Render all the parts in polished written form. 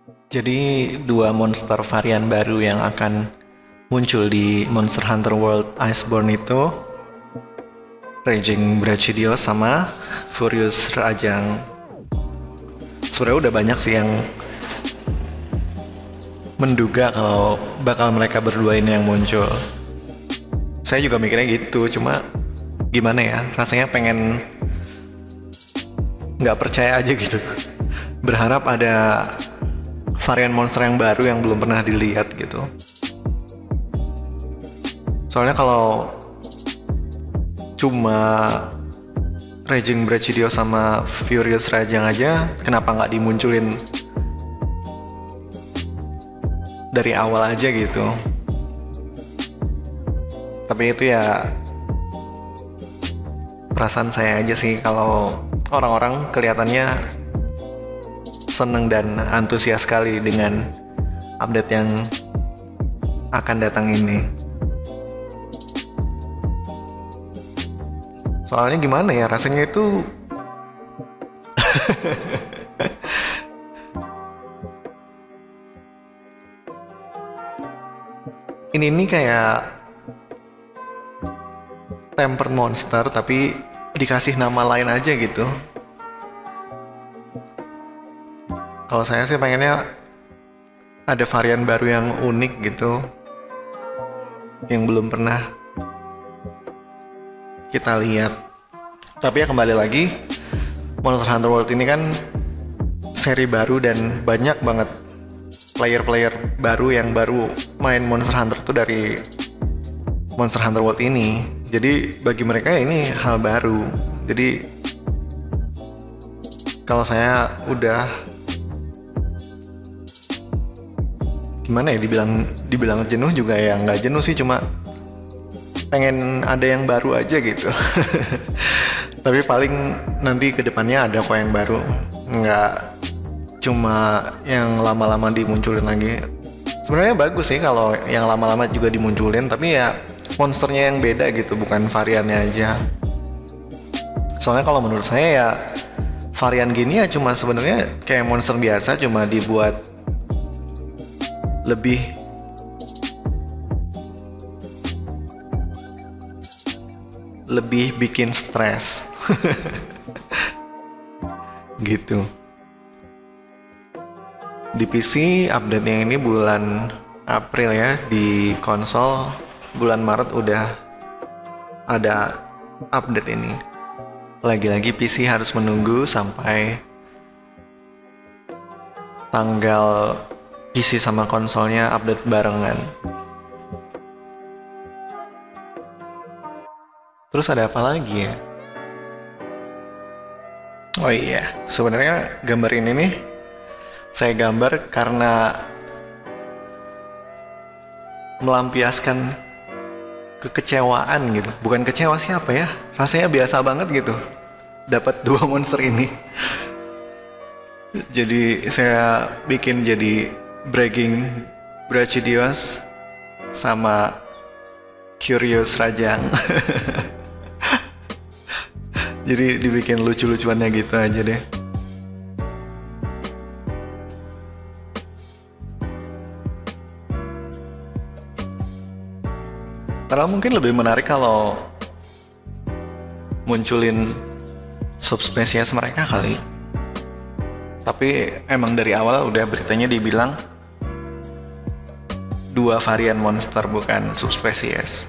Jadi dua monster varian baru yang akan muncul di Monster Hunter World Iceborne itu Raging Brachydios sama Furious Rajang. Sebenarnya udah banyak sih yang menduga kalau bakal mereka berdua ini yang muncul. Saya juga mikirnya gitu, cuma gimana ya, rasanya pengen nggak percaya aja gitu. Berharap ada varian monster yang baru yang belum pernah dilihat gitu. Soalnya kalau cuma Raging Brachydio sama Furious Rajang aja, kenapa nggak dimunculin dari awal aja gitu. Tapi itu ya perasaan saya aja sih, kalau orang-orang kelihatannya seneng dan antusias sekali dengan update yang akan datang ini. Soalnya gimana ya, rasanya itu ini kayak Tempered Monster tapi dikasih nama lain aja gitu. Kalau saya sih pengennya ada varian baru yang unik gitu, yang belum pernah kita lihat. Tapi ya kembali lagi, Monster Hunter World ini kan seri baru dan banyak banget player-player baru yang baru main Monster Hunter tuh dari Monster Hunter World ini. Jadi bagi mereka ini hal baru. Jadi kalau saya udah gimana ya, dibilang jenuh juga ya nggak jenuh sih, cuma pengen ada yang baru aja gitu. Tapi paling nanti kedepannya ada kok yang baru, nggak cuma yang lama-lama dimunculin lagi. Sebenarnya bagus sih kalau yang lama-lama juga dimunculin, tapi ya monsternya yang beda gitu, bukan variannya aja. Soalnya kalau menurut saya ya varian gini ya cuma sebenarnya kayak monster biasa, cuma dibuat lebih bikin stres. Gitu. Di PC update yang ini bulan April ya, di konsol bulan Maret udah ada update ini. Lagi-lagi PC harus menunggu sampai tanggal PC sama konsolnya update barengan. Terus ada apa lagi ya? Oh iya, sebenarnya gambar ini nih saya gambar karena melampiaskan kekecewaan gitu. Bukan kecewa siapa ya? Rasanya biasa banget gitu. Dapat dua monster ini. Jadi saya bikin jadi Bragging Brachydios sama Curious Rajang. Jadi dibikin lucu-lucuannya gitu aja deh. Karena mungkin lebih menarik kalau munculin subspesies mereka kali. Tapi emang dari awal udah beritanya dibilang dua varian monster, bukan subspesies.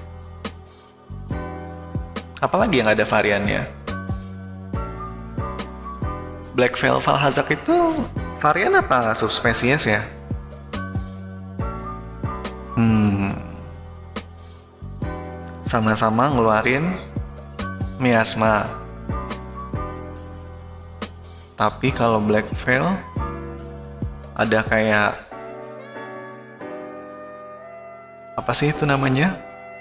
Apalagi yang ada variannya? Black Veil Valhazak itu varian apa subspesies ya? Sama-sama ngeluarin miasma. Tapi kalau Black Veil ada kayak apa sih itu namanya?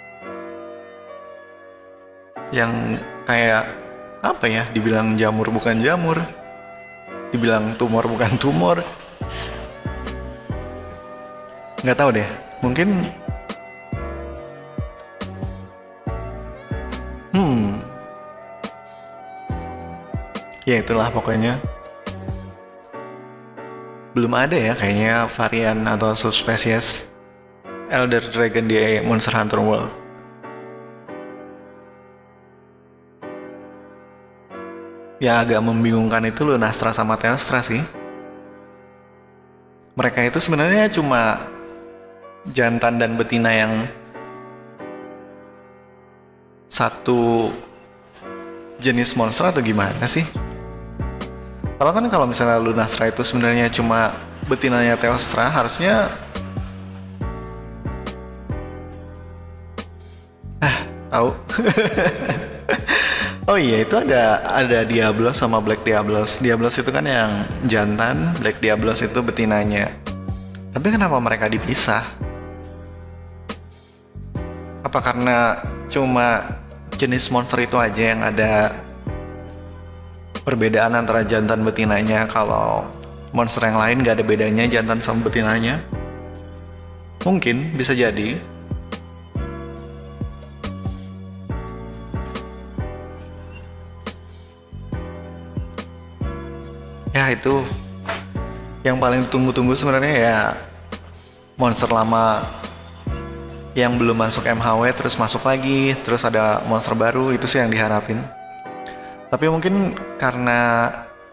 Yang kayak apa ya? Dibilang jamur bukan jamur, dibilang tumor bukan tumor. Nggak tahu deh. Mungkin ya itulah pokoknya. belum ada ya kayaknya varian atau subspesies Elder Dragon di Monster Hunter World. Yang agak membingungkan itu Lunastra sama Teostra sih. Mereka itu sebenarnya cuma jantan dan betina yang satu jenis monster atau gimana sih? Kalau misalnya Lunastra itu sebenarnya cuma betinanya Teostra, harusnya tahu. Oh iya, itu ada Diablos sama Black Diablos. Diablos itu kan yang jantan, Black Diablos itu betinanya. Tapi kenapa mereka dipisah? Apa karena cuma jenis monster itu aja yang ada perbedaan antara jantan betinanya, kalau monster yang lain gak ada bedanya jantan sama betinanya? Mungkin, bisa jadi. Ya itu yang paling ditunggu-tunggu sebenarnya ya, monster lama yang belum masuk MHW terus masuk lagi, terus ada monster baru, itu sih yang diharapin. Tapi mungkin karena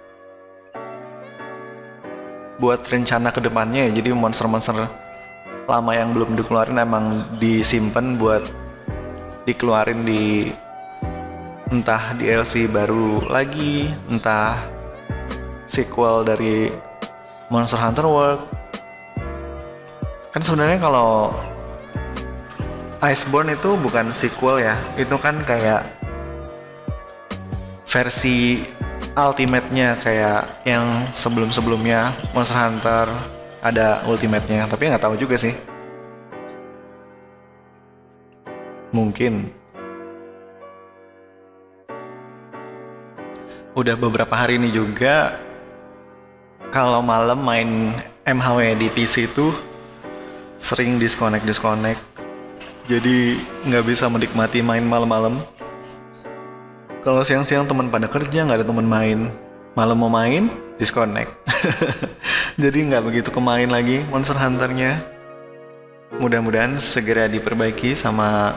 buat rencana kedepannya ya, jadi monster-monster lama yang belum dikeluarin emang disimpan buat dikeluarin di entah DLC baru lagi, entah sequel dari Monster Hunter World. Kan sebenarnya kalau Iceborne itu bukan sequel ya, itu kan kayak versi ultimate-nya, kayak yang sebelum-sebelumnya Monster Hunter ada ultimate-nya, tapi nggak tahu juga sih. Mungkin. Udah beberapa hari ini juga, kalau malam main MHW di PC itu sering disconnect, jadi nggak bisa menikmati main malam-malam. Kalau siang-siang teman pada kerja, nggak ada teman main. Malam mau main, disconnect. Jadi nggak begitu kemain lagi Monster Hunter-nya. Mudah-mudahan segera diperbaiki sama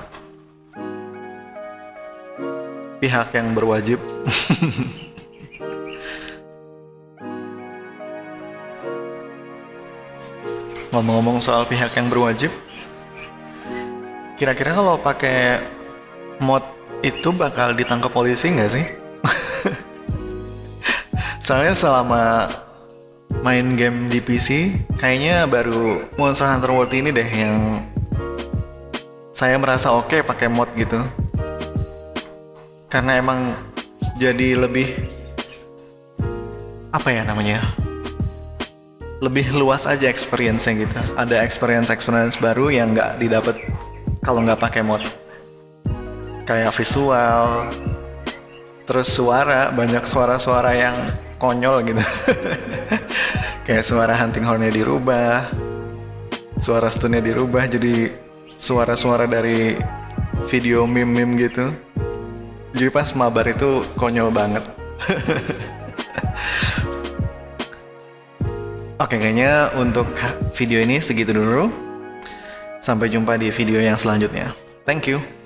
pihak yang berwajib. Ngomong-ngomong soal pihak yang berwajib, kira-kira kalau pakai mod itu bakal ditangkap polisi nggak sih? Soalnya selama main game di PC, kayaknya baru Monster Hunter World ini deh yang saya merasa oke pakai mod gitu. Karena emang jadi lebih, apa ya namanya, lebih luas aja experience-nya gitu. Ada experience baru yang nggak didapat kalau nggak pakai mod. Kayak visual, terus suara, banyak suara-suara yang konyol gitu. Kayak suara hunting horn-nya dirubah, suara stun-nya dirubah jadi suara-suara dari video meme-meme gitu. Jadi pas mabar itu konyol banget. Oke, kayaknya untuk video ini segitu dulu. Sampai jumpa di video yang selanjutnya. Thank you.